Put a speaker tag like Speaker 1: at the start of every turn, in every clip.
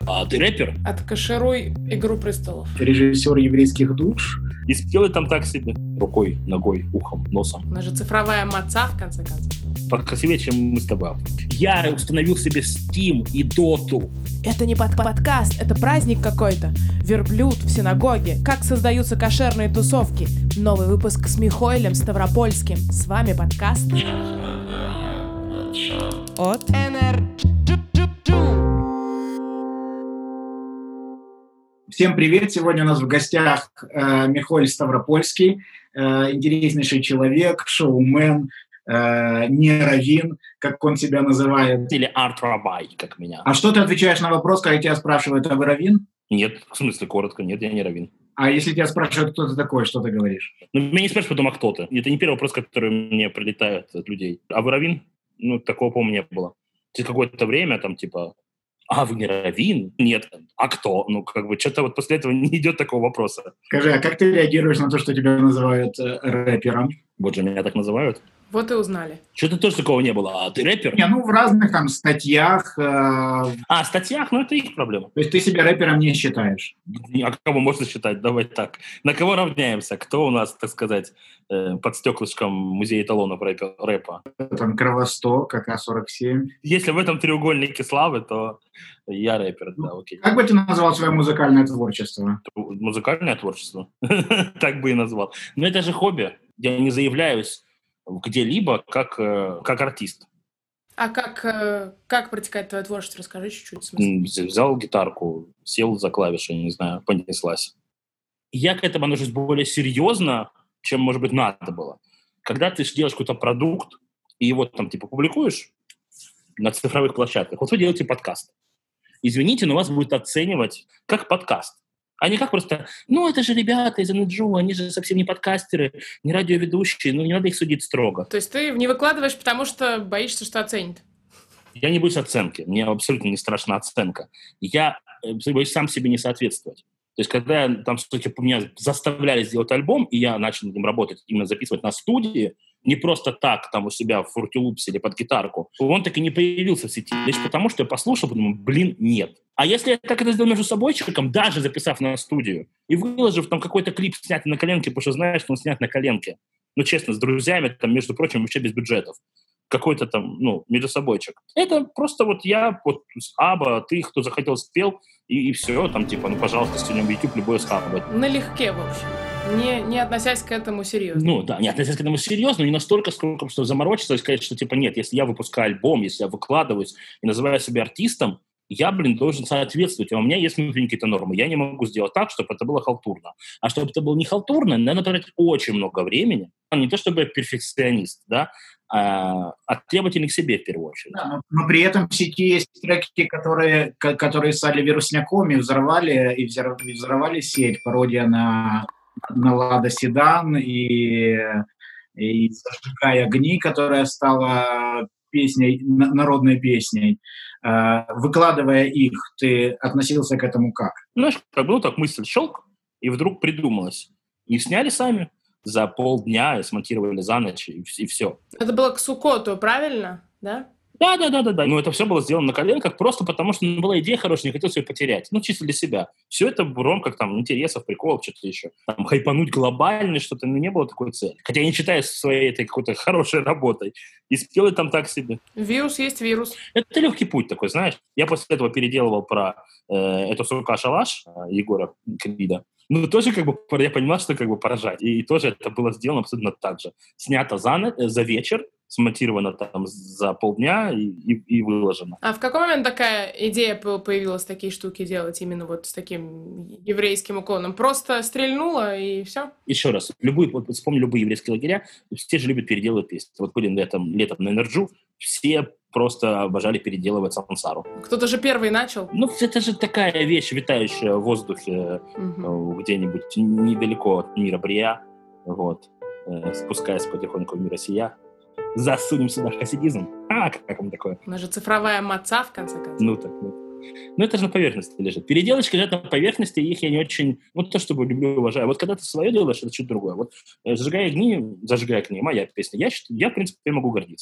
Speaker 1: А ты рэпер?
Speaker 2: Откашируй «Игру престолов».
Speaker 3: Режиссер «Еврейских душ».
Speaker 1: И спел там так себе. Рукой, ногой, ухом, носом.
Speaker 2: Она же цифровая маца, в конце концов.
Speaker 1: Покрасивее, чем мы с тобой. Я установил себе Steam и Доту.
Speaker 4: Это не подкаст, это праздник какой-то. Верблюд в синагоге. Как создаются кошерные тусовки. Новый выпуск с Михоилем Ставропольским. С вами подкаст от
Speaker 3: Всем привет! Сегодня у нас в гостях Михоиль Ставропольский, интереснейший человек, шоумен, не раввин, как он себя называет.
Speaker 1: Или арт-рабай, как меня.
Speaker 3: А что ты отвечаешь на вопрос, когда тебя спрашивают, а вы раввин?
Speaker 1: Нет, в смысле, коротко, нет, я не раввин.
Speaker 3: А если тебя спрашивают, кто ты такой, что ты говоришь?
Speaker 1: Ну, меня не спрашивают потом, а кто ты. Это не первый вопрос, который мне прилетает от людей. А вы раввин? Ну, такого, по-моему, не было. Через какое-то время, там, типа, а вы не раввин? Нет. А кто? Ну, как бы, что-то вот после этого не идет такого вопроса.
Speaker 3: Скажи, а как ты реагируешь на то, что тебя называют рэпером?
Speaker 1: Вот же меня так называют.
Speaker 2: Вот и узнали.
Speaker 1: Что-то тоже такого не было. А ты рэпер?
Speaker 3: Не, ну, в разных там статьях.
Speaker 1: В статьях, ну, это их проблема.
Speaker 3: То есть ты себя рэпером не считаешь?
Speaker 1: А кого можно считать? Давай так. На кого равняемся? Кто у нас, так сказать, под стеклышком музея эталонов рэпа?
Speaker 3: Там Кровосток, АК-47.
Speaker 1: Если в этом треугольнике славы, то я рэпер, да, окей.
Speaker 3: Как бы ты назвал свое музыкальное творчество?
Speaker 1: Музыкальное творчество? Так бы и назвал. Но это же хобби. Я не заявляюсь где-либо как артист.
Speaker 2: А как протекает твое творчество? Расскажи чуть-чуть.
Speaker 1: Взял гитарку, сел за клавиши, не знаю, понеслась. Я к этому отношусь более серьезно, чем, может быть, надо было. Когда ты делаешь какой-то продукт, и его там, типа, публикуешь на цифровых площадках, вот вы делаете подкаст. Извините, но вас будет оценивать как подкаст. А не как просто, ну, это же ребята из НГ, они же совсем не подкастеры, не радиоведущие, ну, не надо их судить строго.
Speaker 2: То есть ты не выкладываешь, потому что боишься, что оценят?
Speaker 1: Я не боюсь оценки, мне абсолютно не страшна оценка. Я боюсь сам себе не соответствовать. То есть, когда там, меня заставляли сделать альбом, и я начал над ним работать, именно записывать на студии, не просто так, там у себя в Fruity Loops или под гитарку, он так и не появился в сети. Лишь потому, что я послушал, подумал, нет. А если я так это сделал между собойчиком, даже записав на студию, и выложив там какой-то клип, снятый на коленке, потому что знаешь, что он снят на коленке, ну, честно, с друзьями, там, между прочим, вообще без бюджетов, какой-то там, ну, между собойчик. Это просто вот я, вот Аба, ты, кто захотел, спел, и все, там, типа, ну, пожалуйста, сегодня в YouTube любое схавать.
Speaker 2: Налегке, в общем. Не относясь к этому серьезно.
Speaker 1: Ну, да, не относясь к этому серьезно, не настолько, сколько, что заморочиться и сказать, что, типа, нет, если я выпускаю альбом, если я выкладываюсь и называю себя артистом, я, должен соответствовать. А у меня есть внутренние какие-то нормы. Я не могу сделать так, чтобы это было халтурно. А чтобы это было не халтурно, надо тратить очень много времени. Не то чтобы я перфекционист, да, а требовательный к себе в первую очередь.
Speaker 3: Да, но при этом в сети есть треки, которые стали вирусником и взорвали сеть. Пародия на Лада Седан и «Зажигай огни», которая стала песней, народной песней. Выкладывая их, ты относился к этому как?
Speaker 1: Знаешь, как бы, так мысль щелк, и вдруг придумалось. И сняли сами за полдня, и смонтировали за ночь, и все.
Speaker 2: Это было к Суккоту, правильно? Да?
Speaker 1: Да. Но это все было сделано на коленках просто потому, что была идея хорошая, не хотелось ее потерять. Ну, чисто для себя. Все это в рамках там интересов, приколов, что-то еще. Там хайпануть глобально что-то, не было такой цели. Хотя я не считаю своей этой какой-то хорошей работой. И спел я там так себе.
Speaker 2: Вирус есть вирус.
Speaker 1: Это легкий путь такой, знаешь. Я после этого переделывал про эту сука шалаш Егора Крида. Ну, тоже как бы я понимал, что как бы поражать. И тоже это было сделано абсолютно так же. Снято за вечер, смонтировано там за полдня и выложено.
Speaker 2: А в какой момент такая идея появилась, такие штуки делать именно вот с таким еврейским уклоном? Просто стрельнуло и все?
Speaker 1: Еще раз, вспомни любые еврейские лагеря, все же любят переделывать песни. Вот были летом на Энерджу, все просто обожали переделывать сансару.
Speaker 2: Кто-то же первый начал.
Speaker 1: Ну, это же такая вещь, витающая в воздухе где-нибудь недалеко от мира Брия, вот, спускаясь потихоньку в мир сия. Засунем сюда хасидизм. Как вам такое?
Speaker 2: Она же цифровая маца, в конце концов.
Speaker 1: Ну, так. Ну, это же на поверхности лежит. Переделочки лежат на поверхности, их я не очень... Вот то, что люблю и уважаю. Вот когда ты свое делаешь, это что-то другое. Вот «Зажигай огни», моя песня. Я в принципе, могу гордиться.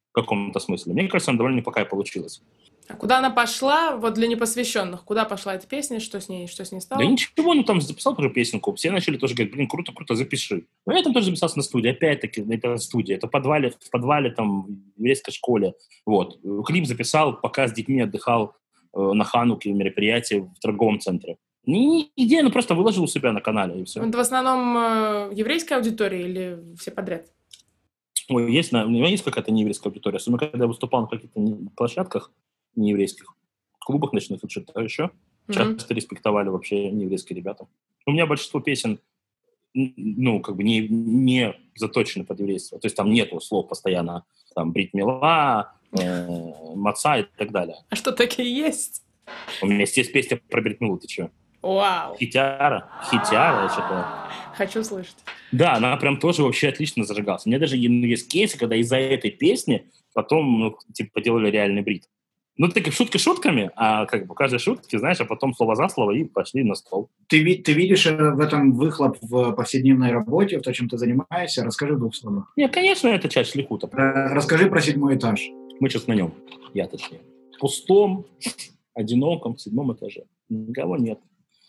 Speaker 1: в каком-то смысле. Мне кажется, она довольно неплохая получилась.
Speaker 2: А куда она пошла, вот для непосвященных? Куда пошла эта песня, что с ней стало?
Speaker 1: Да ничего, ну там записал тоже песенку, все начали тоже говорить, блин, круто, запиши. Но я там тоже записался на студии, опять-таки, это студия, это в подвале там, в еврейской школе. Вот. Клип записал, пока с детьми отдыхал на Хануке, мероприятии в торговом центре. Не идея, ну просто выложил у себя на канале, и все.
Speaker 2: Это в основном еврейская аудитория или все подряд?
Speaker 1: Ой, у меня есть какая-то нееврейская аудитория, особенно когда я выступал на каких-то площадках нееврейских, клубах ночных и что-то еще. Часто респектовали вообще нееврейские ребята. У меня большинство песен, ну, как бы не заточены под еврейство. То есть там нету слов постоянно, там, брит мила, маца и так далее.
Speaker 2: А что, такие есть?
Speaker 1: У меня есть песня про брит милу, ты че?
Speaker 2: Вау!
Speaker 1: Хитяра, что-то.
Speaker 2: Хочу слышать.
Speaker 1: Да, она прям тоже вообще отлично зажигалась. У меня даже есть кейсы, когда из-за этой песни потом, ну, типа, поделали реальный брит. Ну, так шутки шутками, а как бы каждой шутки, знаешь, а потом слово за слово и пошли на стол.
Speaker 3: Ты видишь в этом выхлоп в повседневной работе, в том, чем ты занимаешься? Расскажи в 2 словах.
Speaker 1: Нет, конечно, это часть шлихута.
Speaker 3: Расскажи про 7-й этаж.
Speaker 1: Мы сейчас на нем, я точнее. В пустом, одиноком, 7-м этаже. Никого нет.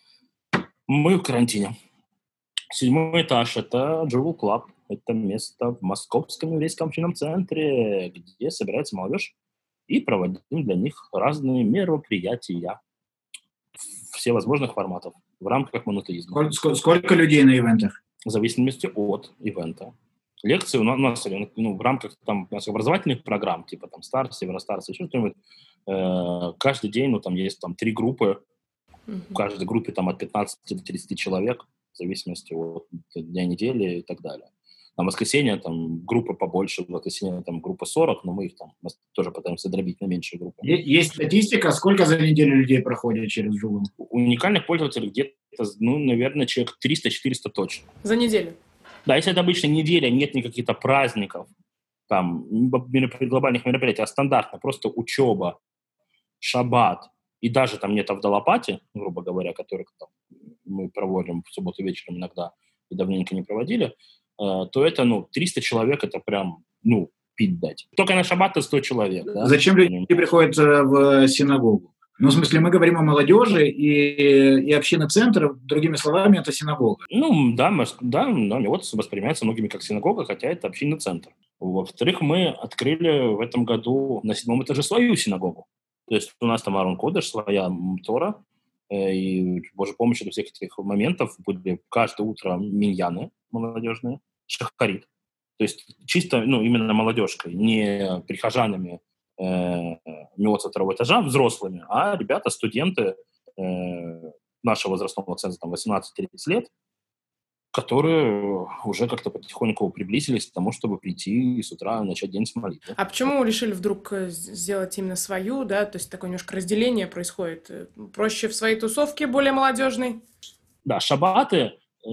Speaker 1: Мы в карантине. 7-й этаж – это Jewel Club. Это место в Московском еврейском общинном центре, где собирается молодежь. И проводим для них разные мероприятия всевозможных форматов в рамках монотеизма.
Speaker 3: Сколько людей на ивентах?
Speaker 1: В зависимости от ивента. Лекции у нас в рамках там, образовательных программ, типа там Старс, Евростарс, еще что-нибудь, каждый день, ну, там есть там 3 группы, в каждой группе там от 15 до 30 человек, в зависимости от дня недели и так далее. На воскресенье там группа побольше, в воскресенье там группа 40, но мы их там тоже пытаемся дробить на меньшие группы.
Speaker 3: Есть статистика, сколько за неделю людей проходит через Jewel?
Speaker 1: Уникальных пользователей где-то, ну, наверное, человек 300-400 точно.
Speaker 2: За неделю?
Speaker 1: Да, если это обычно неделя, нет никаких-то праздников, там, глобальных мероприятий, а стандартно, просто учеба, шаббат, и даже там нет Авдалапати, грубо говоря, который там, мы проводим в субботу вечером иногда и давненько не проводили, то это, ну, 300 человек, это прям, ну, пить дать. Только на шаббат 100 человек. Да?
Speaker 3: Зачем люди приходят в синагогу? Ну, в смысле, мы говорим о молодежи, и община-центр, другими словами, это синагога.
Speaker 1: Ну, да, вот воспринимается многими как синагога, хотя это общинный центр. Во-вторых, мы открыли в этом году на 7-м этаже свою синагогу. То есть у нас там Арон Кодеш, своя Тора, и, Божьей помощью до всех этих моментов были каждое утро миньяны молодежные, шахарит. То есть чисто, ну, именно молодежкой, не прихожанами МИОЦа 2-го этажа, взрослыми, а ребята, студенты нашего возрастного центра, там, 18-30 лет, которые уже как-то потихоньку приблизились к тому, чтобы прийти и с утра начать день с молитвы.
Speaker 2: А почему решили вдруг сделать именно свою, да, то есть такое немножко разделение происходит? Проще в своей тусовке, более молодежной?
Speaker 1: Да, шаббаты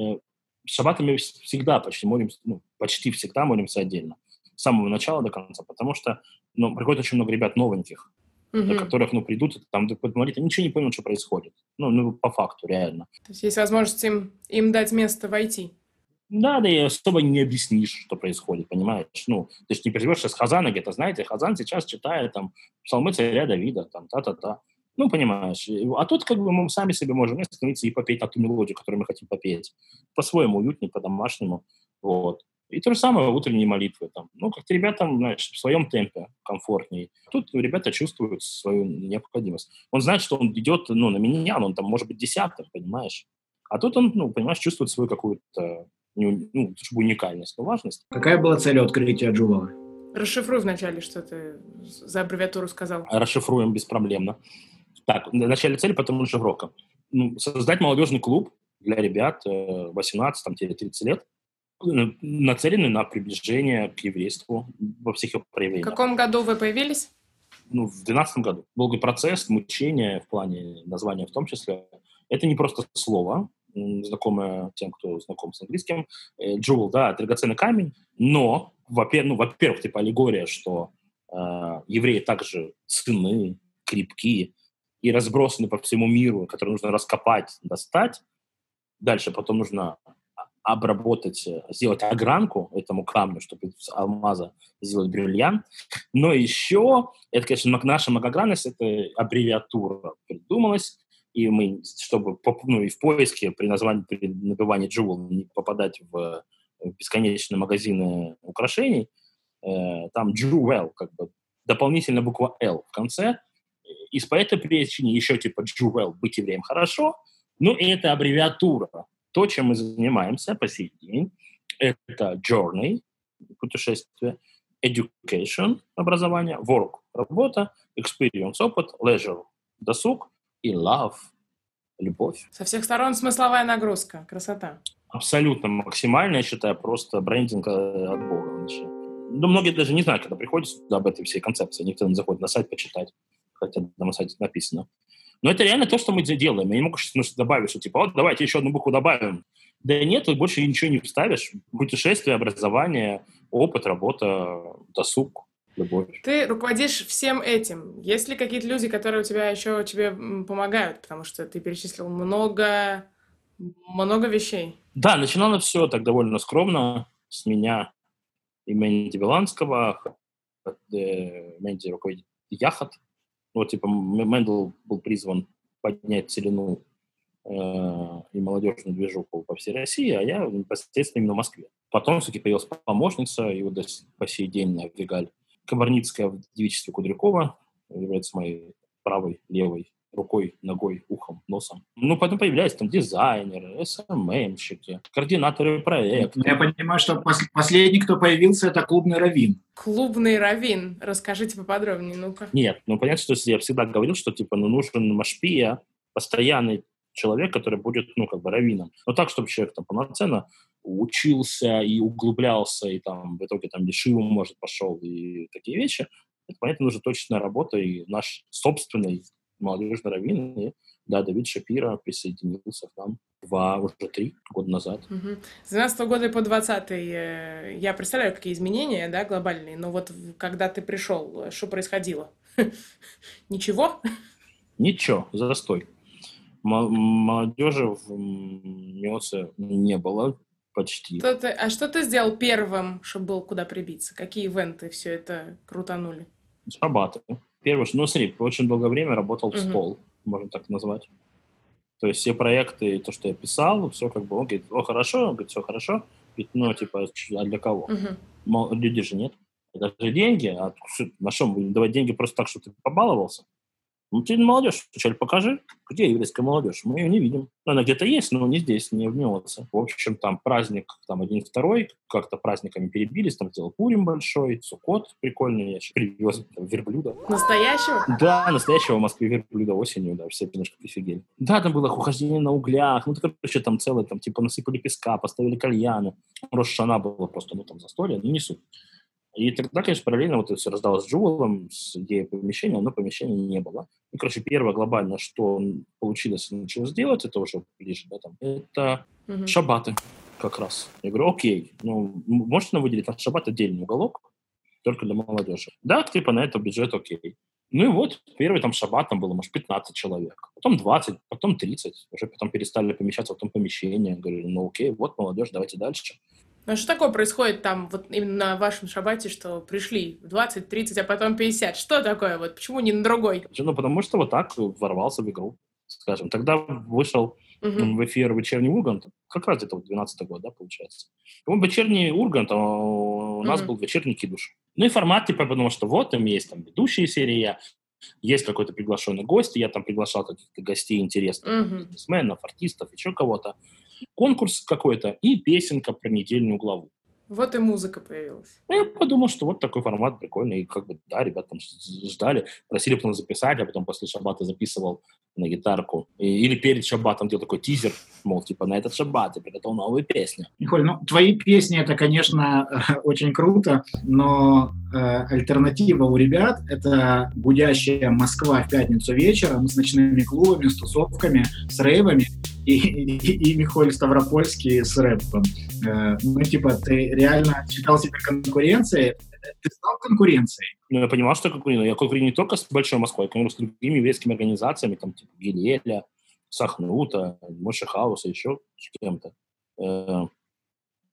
Speaker 1: мы всегда почти всегда молимся отдельно. С самого начала до конца, потому что, ну, приходит очень много ребят новеньких, до которых, ну, придут, там, молитвы, ничего не поймут, что происходит. Ну, по факту, реально.
Speaker 2: То есть есть возможность им дать место войти?
Speaker 1: Да, и особо не объяснишь, что происходит, понимаешь? Ну, ты же не переживешь с Хазана где-то, знаете, Хазан сейчас читает там псалмы царя Давида, там, та-та-та. Ну, понимаешь. А тут как бы мы сами себе можем остановиться и попеть на ту мелодию, которую мы хотим попеть. По-своему, уютнее, по-домашнему. Вот. И то же самое утренние молитвы. Там. Ну, как-то ребятам, знаешь, в своем темпе комфортней. Тут ребята чувствуют свою необходимость. Он знает, что он идет, ну, на меня, он там может быть 10-м, понимаешь? А тут он, ну, понимаешь, чувствует свою какую-то, ну, уникальность, важность.
Speaker 3: Какая была цель открытия Jewel?
Speaker 2: Расшифруй вначале, что ты за аббревиатуру сказал.
Speaker 1: Расшифруем беспроблемно. Так, вначале цель, потом расшифровка. Ну, создать молодежный клуб для ребят 18-30 лет, нацеленный на приближение к еврейству во всех его проявлениях.
Speaker 2: В каком году вы появились?
Speaker 1: Ну, в 2012 году. Долгий процесс, мучения в плане названия в том числе. Это не просто слово, знакомое тем, кто знаком с английским. Jewel, да, драгоценный камень, но, во-первых, типа аллегория, что евреи также сыны, крепкие и разбросаны по всему миру, которые нужно раскопать, достать. Дальше потом нужно обработать, сделать огранку этому камню, чтобы из алмаза сделать бриллиант. Но еще, это, конечно, наша многогранность, это аббревиатура придумалась, и мы, чтобы и в поиске при набивании Jewel не попадать в бесконечные магазины украшений, там Jewel, как бы дополнительно буква L в конце, и по этой причине еще типа Jewel, быть евреем хорошо, но и это аббревиатура. То, чем мы занимаемся по сей день, это journey, путешествие, education, образование, work, работа, experience, опыт, leisure, досуг и love, любовь.
Speaker 2: Со всех сторон смысловая нагрузка. Красота.
Speaker 1: Абсолютно максимально, я считаю, просто брендинг от Бога. Ну, многие даже не знают, когда приходят сюда об этой всей концепции. Никто не заходит на сайт почитать, хотя на сайте написано. Но это реально то, что мы делаем. Я не могу добавить, что типа, вот давайте еще одну букву добавим. Да нет, тут больше ничего не вставишь. Путешествие, образование, опыт, работа, досуг, любовь.
Speaker 2: Ты руководишь всем этим. Есть ли какие-то люди, которые у тебя еще тебе помогают? Потому что ты перечислил много вещей.
Speaker 1: Да, начинало все так довольно скромно с меня и Менди Беланского, Менди руководит Яхот. Вот, типа, Мэндл был призван поднять целину и молодежную движуху по всей России, а я непосредственно именно в Москве. Потом все-таки появилась помощница, и вот по сей день Вигаль Комарницкая в девичестве Кудрякова является моей правой, левой рукой, ногой, ухом, носом. Ну, потом появляются там дизайнеры, СММщики, координаторы проекта.
Speaker 3: Я понимаю, что последний, кто появился, это клубный раввин.
Speaker 2: Клубный раввин. Расскажите поподробнее, ну-ка.
Speaker 1: Нет, ну, понятно, что я всегда говорил, что, типа, нужен машпия, постоянный человек, который будет, раввином. Но так, чтобы человек там полноценно учился и углублялся, и там в итоге там Лешиву, может, пошел, и такие вещи. Это, понятно, нужна точечная работа, и наш собственный молодежный раввин, и, да, Давид Шапира присоединился к нам 3 года назад.
Speaker 2: Угу. С 12 года и по 20-й я представляю, какие изменения, да, глобальные, но вот когда ты пришел, что происходило? Ничего?
Speaker 1: Ничего, застой. Молодежи в МИОСе не было почти.
Speaker 2: А что ты сделал первым, чтобы было куда прибиться? Какие ивенты все это крутанули?
Speaker 1: Шабаты. Первый, смотри, очень долгое время работал в стол, можно так назвать. То есть все проекты, то, что я писал, все как бы, он говорит, хорошо, он говорит, все хорошо. Говорит, а для кого? Людей же нет. Это же деньги, а на что будем давать деньги просто так, чтобы ты побаловался? Ты молодежь, вначале покажи, где еврейская молодежь. Мы ее не видим. Она где-то есть, но не здесь, не в МИОСе. В общем, там праздник, там 1-2, как-то праздниками перебились, там сделал Пурим большой, Суккот прикольный, я еще привез верблюда.
Speaker 2: Настоящего?
Speaker 1: Да, настоящего в Москве верблюда осенью, да, все немножко прифигели. Да, там было ухождение на углях, там целое, там, типа, насыпали песка, поставили кальяны. Рош Шана было просто, там, застолье, не суть. И тогда, конечно, параллельно вот это все раздалось с Джулом, с идеей помещения, но помещения не было. И, первое глобально, что получилось и началось делать, это уже ближе, да, там, это шаббаты как раз. Я говорю, окей, можете нам выделить на шаббат отдельный уголок, только для молодежи? Да, типа, на это бюджет окей. Ну и вот, первый там шаббат там было, может, 15 человек, потом 20, потом 30, уже потом перестали помещаться в том помещении. Я говорю, окей, вот молодежь, давайте дальше.
Speaker 2: А что такое происходит там, вот именно на вашем шаббате, что пришли 20, 30, а потом 50? Что такое? Вот почему не на другой?
Speaker 1: Потому что вот так ворвался в игру, скажем. Тогда вышел в эфир «Вечерний Ургант», как раз где-то 12-й год, да, получается. «Вечерний Ургант», у нас был «Вечерний Кидуш». Ну и формат, типа, потому что вот там есть там ведущие серии, есть какой-то приглашенный гость, я там приглашал каких-то гостей интересных, бизнесменов, артистов, еще кого-то. Конкурс какой-то и песенка про недельную главу.
Speaker 2: Вот и музыка появилась.
Speaker 1: Я подумал, что вот такой формат прикольный. И да, ребята там ждали, просили потом записать, а потом после шаббата записывал на гитарку. Или перед шаббатом делал такой тизер, мол, типа, на этот шаббат я приготовил новую песню.
Speaker 3: Николь, твои песни, это, конечно, очень круто, но альтернатива у ребят — это гудящая Москва в пятницу вечером с ночными клубами, с тусовками, с рейвами, и Михаил Ставропольский с рэпом. Ты реально считал себя конкуренцией? Ты стал конкуренцией?
Speaker 1: Я понимал, что конкурирую. Я конкурирую не только с Большой Москвой, я конкурирую с другими еврейскими организациями, там, типа Гилеля, Сахнута, Моше Хауса, еще с кем-то.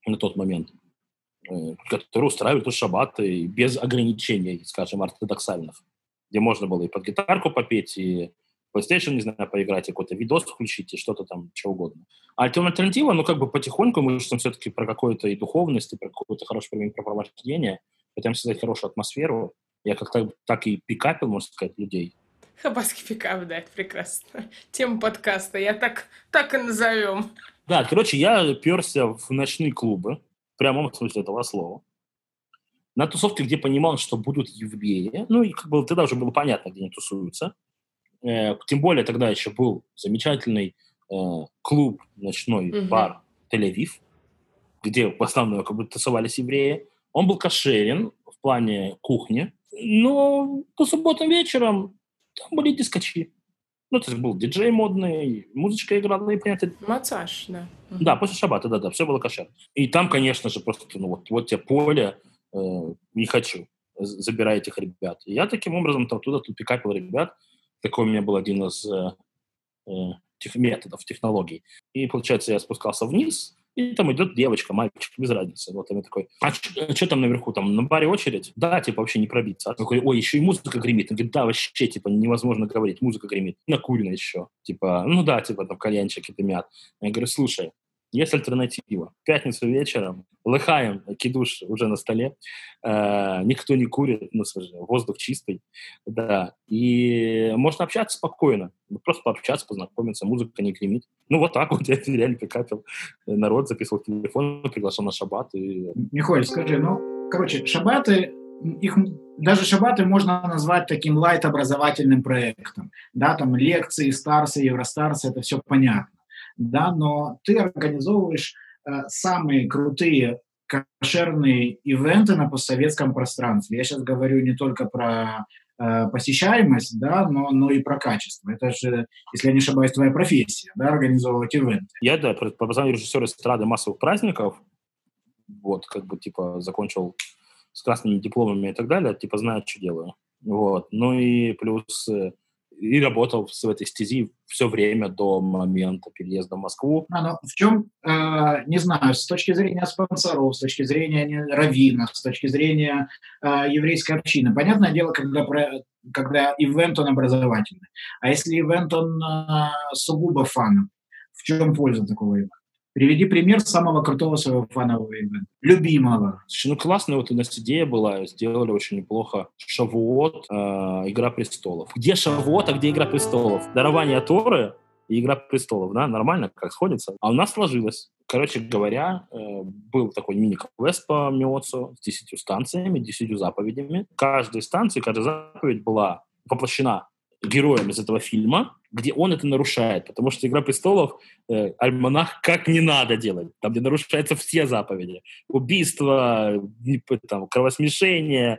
Speaker 1: на тот момент, которые устраивали тут шабаты без ограничений, скажем, ортодоксальных, где можно было и под гитарку попеть, и PlayStation, не знаю, поиграть, и какой-то видос включить, и что-то там, что угодно. А альтернатива, ну, как бы потихоньку мы что все-таки про какую-то и духовность, и про какое-то хорошее времяпрепровождение, хотим создать хорошую атмосферу. Я как-то так и пикапил, можно сказать, людей.
Speaker 2: Хабаровский пикап, да, это прекрасно. Тема подкаста, я так и назовем.
Speaker 1: Да, короче, я перся в ночные клубы, в прямом смысле этого слова. На тусовке, где понимал, что будут евреи. Ну, и как бы тогда уже было понятно, где они тусуются. Тем более тогда еще был замечательный клуб, ночной бар Тель-Авив, где в основном как бы тусовались евреи. Он был кошерен в плане кухни, но по субботам вечером там были дискочи. Ну, то есть был диджей модный, музычка играла, и понятно.
Speaker 2: Массаж, да.
Speaker 1: Да, после шаббата, да, все было кошерно. И там, конечно же, просто, ну, вот тебе поле, не хочу, забирай этих ребят. И я таким образом там туда пикапил ребят. Такой у меня был один из методов, технологий. И, получается, я спускался вниз, и там идет девочка, мальчик, без разницы. Вот он такой, а что там наверху, там на баре очередь? Да, типа, вообще не пробиться. А такой, ой, еще и музыка гремит. Он говорит, да, вообще, типа, невозможно говорить, музыка гремит. Накурено еще. Типа, ну да, типа, там кальянчики дымят. Я говорю, слушай, есть альтернатива. В пятницу вечером лыхаем, кидуш уже на столе, никто не курит, ну, воздух чистый, да, и можно общаться спокойно, просто пообщаться, познакомиться, музыка не гремит. Ну, вот так вот я реально пикапил народ, записывал телефон, приглашал на шаббат. И...
Speaker 3: Михаил, скажи, короче, шаббаты, даже шаббаты можно назвать таким лайт-образовательным проектом, да, там лекции, старсы, евростарсы, это все понятно. Да, но ты организовываешь самые крутые кошерные ивенты на постсоветском пространстве. Я сейчас говорю не только про посещаемость, да, но и про качество. Это же, если я не ошибаюсь, твоя профессия, да, организовывать ивенты.
Speaker 1: Я, да, по образованию режиссер эстрады массовых праздников, вот, как бы, типа, закончил с красными дипломами и так далее, типа, знаю, что делаю. Вот, ну и плюс... И работал в этой стези все время до момента переезда в Москву.
Speaker 3: В чем, не знаю, с точки зрения спонсоров, с точки зрения раввинов, с точки зрения еврейской общины. Понятное дело, когда ивент, он образовательный. А если ивент, он сугубо фановый, в чем польза такого ивента? Приведи пример самого крутого своего фанового ивента. Любимого.
Speaker 1: Ну, классная вот у нас идея была. Сделали очень неплохо Шавуот, Игра престолов. Где Шавуот, а где Игра престолов? Дарование Торы и Игра престолов, да? Нормально, как сходится. А у нас сложилось. Короче говоря, был такой мини-квест по Миоцу с 10 станциями, 10 заповедями. Каждая заповедь была воплощена героем из этого фильма, где он это нарушает, потому что «Игра престолов» альманах как не надо делать, там, где нарушаются все заповеди. Убийство, там, кровосмешение,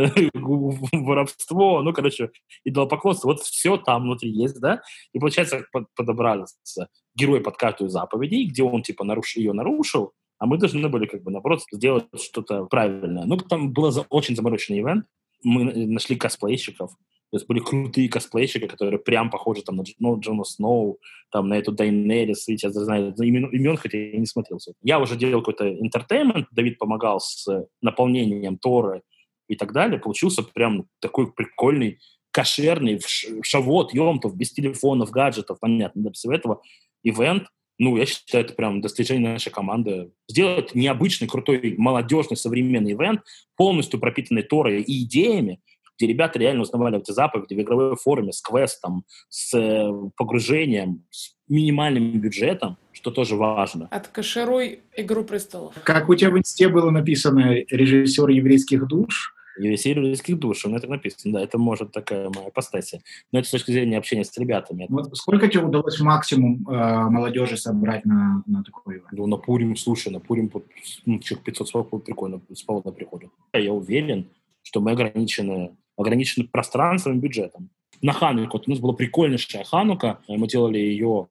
Speaker 1: воровство, ну, короче, идолопоклонство, вот все там внутри есть, да? И, получается, подобрался герой под каждую заповедь, где он, типа, ее нарушил, а мы должны были, как бы, наоборот, сделать что-то правильное. Ну, там был очень замороченный ивент, мы нашли косплейщиков. То есть были крутые косплейщики, которые прям похожи там, на Джона Сноу, там, на эту Дайнерис, я знаю имен, хотя я не смотрел. Я уже делал какой-то интертеймент, Давид помогал с наполнением Торы и так далее. Получился прям такой прикольный, кошерный, Шавуот, Йом-Тов, без телефонов, гаджетов, понятно, для всего этого ивент. Ну, я считаю, это прям достижение нашей команды. Сделать необычный, крутой, молодежный, современный ивент, полностью пропитанный Торой и идеями, где ребята реально узнавали эти заповеди в игровой форме, с квестом, с погружением, с минимальным бюджетом, что тоже важно.
Speaker 2: Откашируй «Игру престолов».
Speaker 3: Как у тебя в инсте было написано «режиссер еврейских душ»?
Speaker 1: Режиссер еврейских душ, у меня так написано, да, это может такая моя ипостась. Но это с точки зрения общения с ребятами.
Speaker 3: Вот сколько тебе удалось максимум молодежи собрать на такой ивент?
Speaker 1: Ну, на Пурим, слушай, на Пурим человек 500 прикольно, спокойно приходят. Я уверен, что мы ограничены пространством и бюджетом. На Хануку, у нас была прикольнейшая Ханука, мы делали ее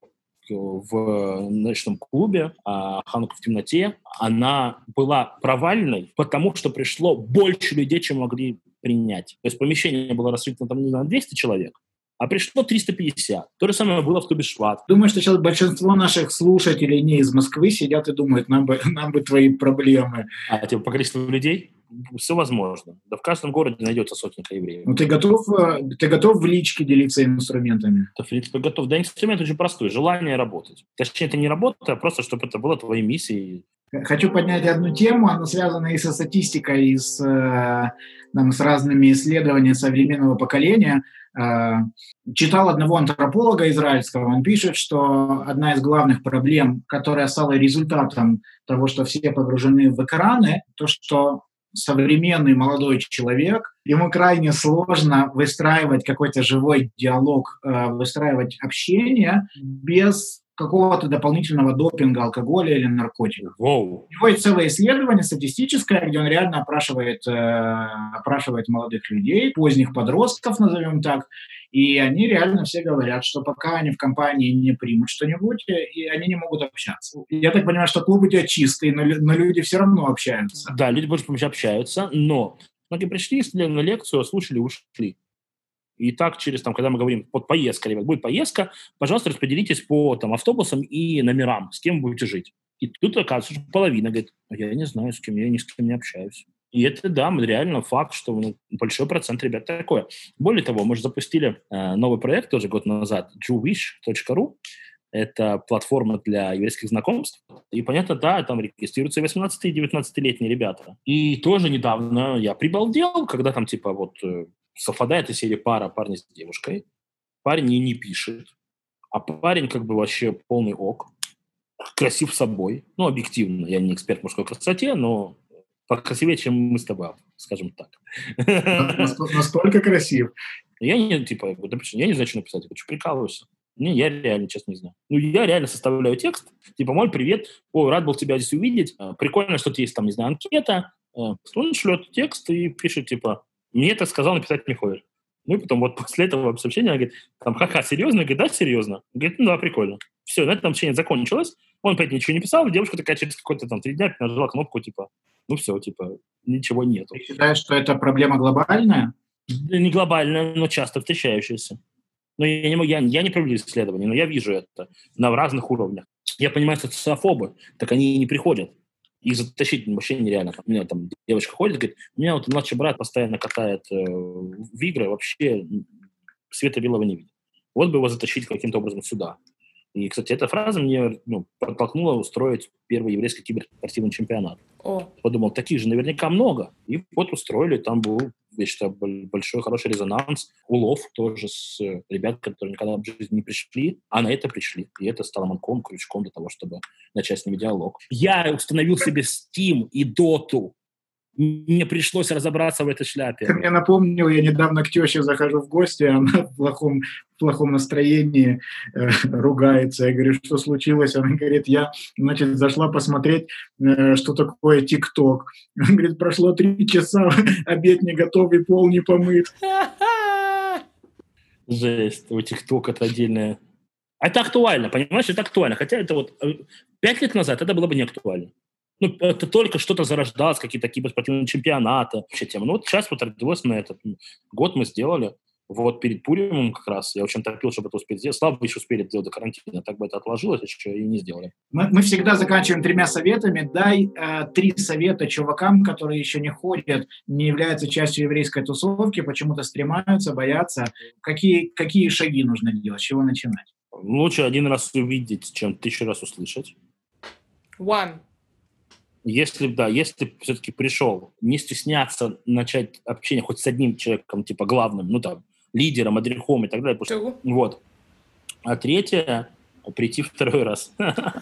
Speaker 1: в ночном клубе, Ханука в темноте. Она была провальной, потому что пришло больше людей, чем могли принять. То есть помещение было рассчитано там, не знаю, 200 человек, А пришло 350. То же самое было в Тубишват.
Speaker 3: Думаю, что сейчас большинство наших слушателей не из Москвы сидят и думают, нам бы твои проблемы.
Speaker 1: А типа по количеству людей все возможно. Да в каждом городе найдется сотенька евреев.
Speaker 3: Ну, ты готов в личке делиться инструментами?
Speaker 1: Да, в принципе, готов. Да, инструмент очень простой. Желание работать. Точнее, это не работа, а просто, чтобы это было твоей миссией.
Speaker 3: Хочу поднять одну тему, она связана и со статистикой, и с разными исследованиями современного поколения. Читал одного антрополога израильского, он пишет, что одна из главных проблем, которая стала результатом того, что все погружены в экраны, то, что современный молодой человек, ему крайне сложно выстраивать какой-то живой диалог, выстраивать общение без какого-то дополнительного допинга, алкоголя или наркотиков.
Speaker 1: Воу.
Speaker 3: У него есть целое исследование статистическое, где он реально опрашивает молодых людей, поздних подростков, назовем так, и они реально все говорят, что пока они в компании не примут что-нибудь, и они не могут общаться. Я так понимаю, что клуб у тебя чистый, но люди все равно общаются.
Speaker 1: Да, люди больше общаются, но многие пришли, на лекцию, слушали, ушли. И так когда мы говорим, вот поездка, ребят, будет поездка, пожалуйста, распределитесь по автобусам и номерам, с кем будете жить. И тут оказывается, что половина говорит, я не знаю, с кем, я ни с кем не общаюсь. И это, да, реально факт, что большой процент ребят такое. Более того, мы же запустили новый проект тоже год назад, Jewish.ru. Это платформа для еврейских знакомств. И, понятно, да, там регистрируются 18- и 19-летние ребята. И тоже недавно я прибалдел, когда там совпадает из серии парня с девушкой. Парень ей не пишет. А парень вообще полный ок. Красив собой. Объективно. Я не эксперт в мужской красоте, но покрасивее, чем мы с тобой, скажем так.
Speaker 3: Насколько красив?
Speaker 1: Я не знаю, что написать. Я хочу прикалываться. Я реально, честно, не знаю. Я реально составляю текст. Моль, привет. Рад был тебя здесь увидеть. Прикольно, что есть там, не знаю, анкета. Он шлет текст и пишет, мне это сказал написать Михоэль. И потом после этого сообщения она говорит, ха-ха, серьезно? Я говорю, да, серьезно. Говорит, да, прикольно. Все, на этом общение закончилось. Он опять ничего не писал. Девушка такая через какой-то 3 дня нажала кнопку, все, ничего нету.
Speaker 3: Ты считаешь, что это проблема глобальная?
Speaker 1: Не глобальная, но часто встречающаяся. Но я не проведу исследования, но я вижу это на разных уровнях. Я понимаю, что социофобы, так они и не приходят. Их затащить вообще нереально. У меня там девочка ходит, говорит, у меня младший брат постоянно катает в игры, вообще света белого не видит. Вот бы его затащить каким-то образом сюда. И, кстати, эта фраза мне подтолкнула устроить первый еврейский киберспортивный чемпионат. Подумал, таких же наверняка много. И устроили, там был, я считаю, большой, хороший резонанс. Улов тоже с ребят, которые никогда в жизни не пришли, а на это пришли. И это стало манком, крючком для того, чтобы начать с ними диалог. Я установил себе Steam и Доту. Мне пришлось разобраться в этой шляпе.
Speaker 3: Ты мне напомнил, я недавно к теще захожу в гости, она в плохом настроении ругается. Я говорю, что случилось? Она говорит, я, зашла посмотреть, что такое ТикТок. Она говорит, прошло 3 часа, обед не готовый, пол не помыт.
Speaker 1: Жесть, у ТикТок это отдельное. Это актуально, понимаешь, это актуально. Хотя это 5 лет назад это было бы не актуально. Это только что-то зарождалось, какие-то киберспортивные чемпионаты, вообще тема. Сейчас родилось на этот год мы сделали. Перед Пуримом как раз. Я очень торопил, чтобы это успеть сделать. Слава богу, еще успели сделать до карантина. Так бы это отложилось, еще и не сделали.
Speaker 3: Мы всегда заканчиваем 3 советами. Дай 3 совета чувакам, которые еще не ходят, не являются частью еврейской тусовки, почему-то стремаются, боятся. Какие шаги нужно делать? С чего начинать?
Speaker 1: Лучше 1 раз увидеть, чем 1000 раз услышать. Если все-таки пришел, не стесняться начать общение хоть с одним человеком, главным, лидером, адрехом и так далее. А 3, прийти 2 раз.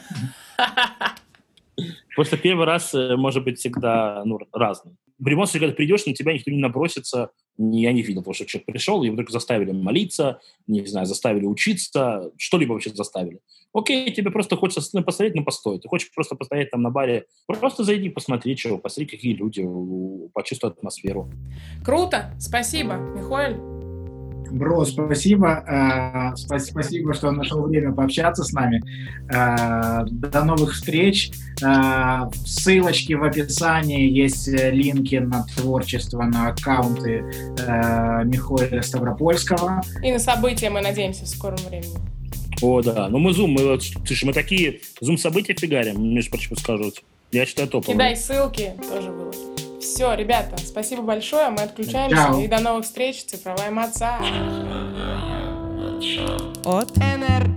Speaker 1: Потому что 1 раз может быть всегда разным. В любом случае, когда придешь, на тебя никто не набросится. Я не видел, потому что человек пришел, и вдруг заставили молиться, не знаю, заставили учиться, что-либо вообще заставили. Окей, тебе просто хочется посмотреть, постой. Ты хочешь просто постоять там на баре, просто зайди, посмотри, посмотри, какие люди, почувствуй атмосферу.
Speaker 2: Круто, спасибо, Михоэль.
Speaker 3: Бро, спасибо. Спасибо, что нашел время пообщаться с нами. До новых встреч. Ссылочки в описании, есть линки на творчество, на аккаунты Михаила Ставропольского.
Speaker 2: И на события, мы надеемся, в скором времени.
Speaker 1: О, да. Ну, мы Zoom, слушай, мы такие Zoom-события фигарим, между прочим, скажу. Я считаю, топовые.
Speaker 2: Кидай ссылки, тоже выложу. Все, ребята, спасибо большое, мы отключаемся.
Speaker 3: Чао.
Speaker 2: И до новых встреч, цифровая маца.
Speaker 4: От НР